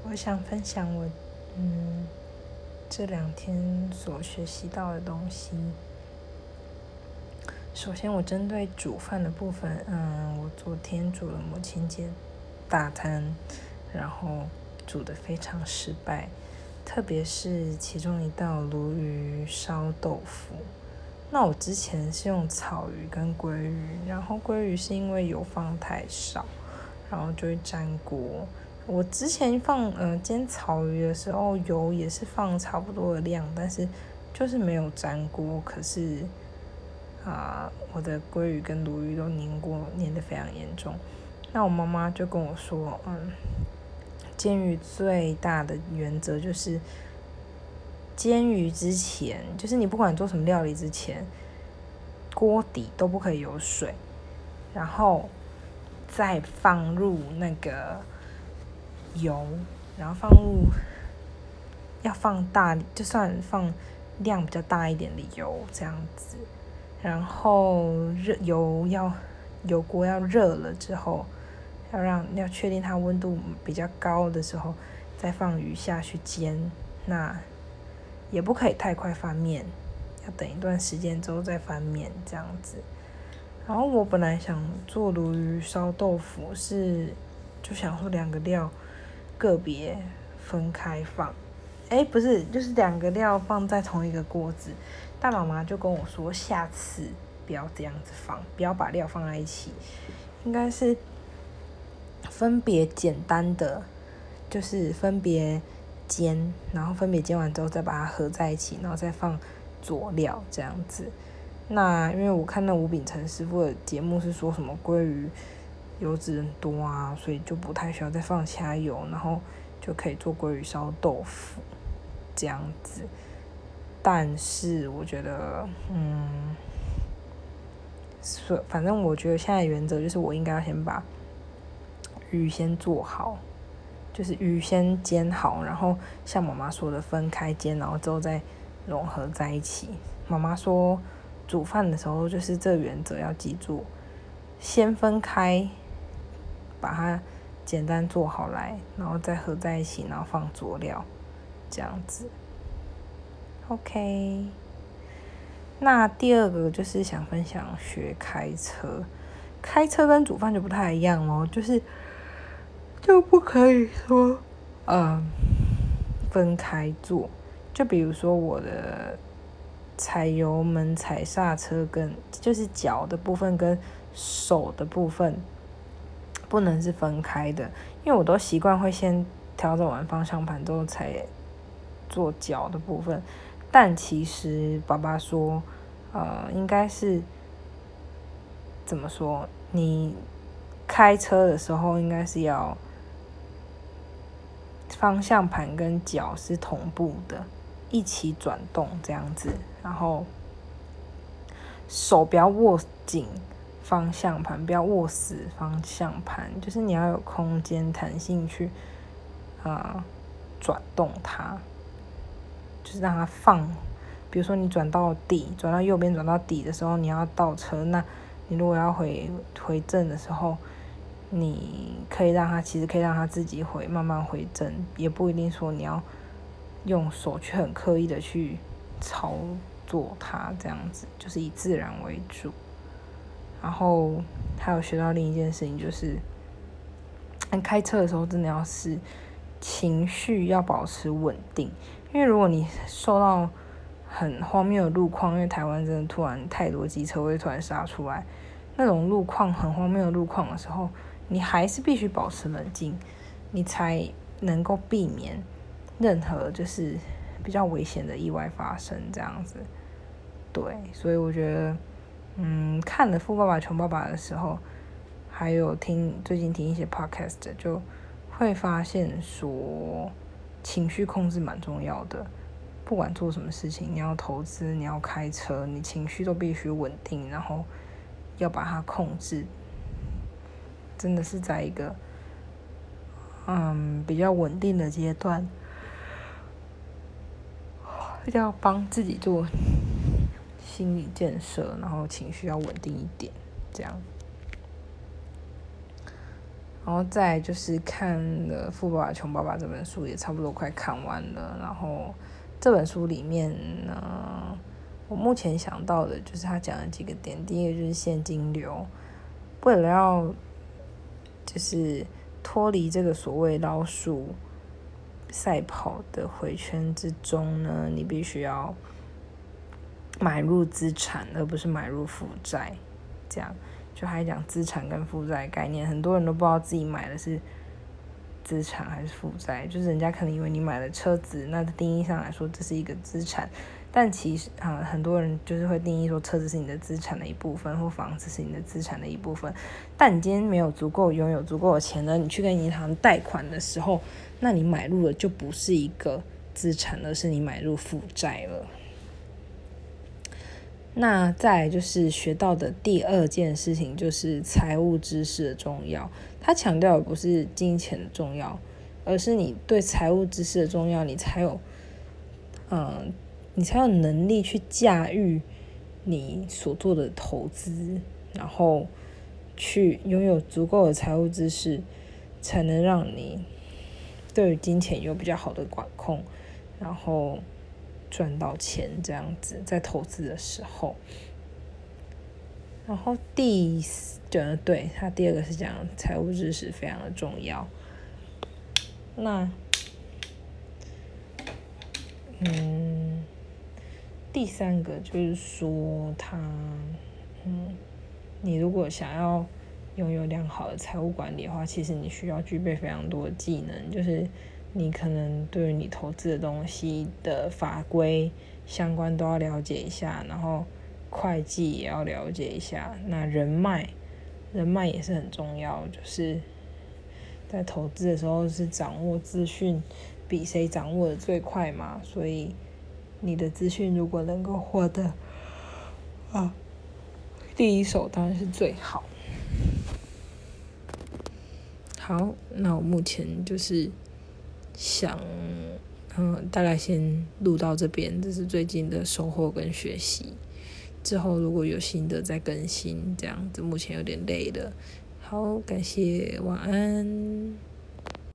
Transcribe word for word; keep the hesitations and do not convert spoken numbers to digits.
我想分享我嗯这两天所学习到的东西。首先，我针对煮饭的部分，嗯，我昨天煮了母亲节大餐，然后煮得非常失败，特别是其中一道鲈鱼烧豆腐。那我之前是用草鱼跟鲑鱼，然后鲑鱼是因为油放太少，然后就会粘锅。我之前放呃煎草鱼的时候，油也是放差不多的量，但是就是没有粘锅。可是啊、呃，我的鲑鱼跟鲈鱼都粘锅，粘得非常严重。那我妈妈就跟我说，嗯，煎鱼最大的原则就是煎鱼之前，就是你不管做什么料理之前，锅底都不可以有水，然后再放入那个油，然后放入要放大，就算放量比较大一点的油这样子，然后热油要油锅要热了之后，要让要确定它温度比较高的时候，再放鱼下去煎。那也不可以太快翻面，要等一段时间之后再翻面这样子。然后我本来想做鲈鱼烧豆腐，是就想说两个料个别分开放，哎，不是，就是两个料放在同一个锅子。但妈妈就跟我说，下次不要这样子放，不要把料放在一起，应该是分别简单的，就是分别煎，然后分别煎完之后再把它合在一起，然后再放佐料这样子。那因为我看那吴秉承师傅的节目是说什么鲑鱼油脂很多啊，所以就不太需要再放其他油，然后就可以做鲑鱼烧豆腐这样子。但是我觉得，嗯，反正我觉得现在的原则就是我应该要先把鱼先做好，就是鱼先煎好，然后像妈妈说的分开煎，然后之后再融合在一起。妈妈说煮饭的时候就是这个原则要记住，先分开把它简单做好来，然后再合在一起，然后放佐料这样子。 OK， 那第二个就是想分享学开车。开车跟煮饭就不太一样哦，就是就不可以说呃分开做。就比如说我的踩油门、踩刹车跟就是脚的部分跟手的部分不能是分开的，因为我都习惯会先调整完方向盘之后才做脚的部分。但其实爸爸说，呃，应该是怎么说？你开车的时候应该是要方向盘跟脚是同步的，一起转动这样子，然后手不要握紧方向盘，不要握死方向盘，就是你要有空间弹性去啊、呃、转动它，就是让它放。比如说你转到底，转到右边转到底的时候，你要倒车，那你如果要回回正的时候，你可以让它其实可以让它自己回，慢慢回正，也不一定说你要用手去很刻意的去操作它，这样子就是以自然为主。然后还有学到另一件事情，就是开车的时候真的要是情绪要保持稳定，因为如果你受到很荒谬的路况，因为台湾真的突然太多机车会突然杀出来，那种路况很荒谬的路况的时候，你还是必须保持冷静，你才能够避免任何就是比较危险的意外发生这样子。对，所以我觉得嗯，看了《富爸爸穷爸爸》的时候，还有听最近听一些 podcast， 就会发现说情绪控制蛮重要的。不管做什么事情，你要投资，你要开车，你情绪都必须稳定，然后要把它控制。真的是在一个嗯比较稳定的阶段，要帮自己做心理建设，然后情绪要稳定一点，这样。 然后再就是看了《富爸爸穷爸爸》这本书，也差不多快看完了。然后这本书里面呢，我目前想到的就是他讲的几个点。第一个就是现金流，为了要就是脱离这个所谓老鼠赛跑的回圈之中呢，你必须要买入资产，而不是买入负债。这样就还讲资产跟负债概念，很多人都不知道自己买的是资产还是负债，就是人家可能以为你买了车子，那定义上来说这是一个资产，但其实、呃、很多人就是会定义说车子是你的资产的一部分，或房子是你的资产的一部分。但你今天没有足够拥有足够的钱呢，你去跟银行贷款的时候，那你买入的就不是一个资产，而是你买入负债了。那再来就是学到的第二件事情，就是财务知识的重要。他强调的不是金钱的重要，而是你对财务知识的重要，你才有，嗯，你才有能力去驾驭你所做的投资，然后去拥有足够的财务知识，才能让你对于金钱有比较好的管控，然后赚到钱这样子，在投资的时候。然后第对对他第二个是讲财务知识非常的重要。那嗯，第三个就是说他嗯，你如果想要拥有良好的财务管理的话，其实你需要具备非常多的技能，就是你可能对于你投资的东西的法规相关都要了解一下，然后会计也要了解一下。那人脉人脉也是很重要，就是在投资的时候是掌握资讯比谁掌握的最快嘛，所以你的资讯如果能够获得啊第一手当然是最好。好，那我目前就是想嗯，大概先录到这边，这是最近的收获跟学习。之后如果有新的再更新，这样子目前有点累了。好，感谢，晚安。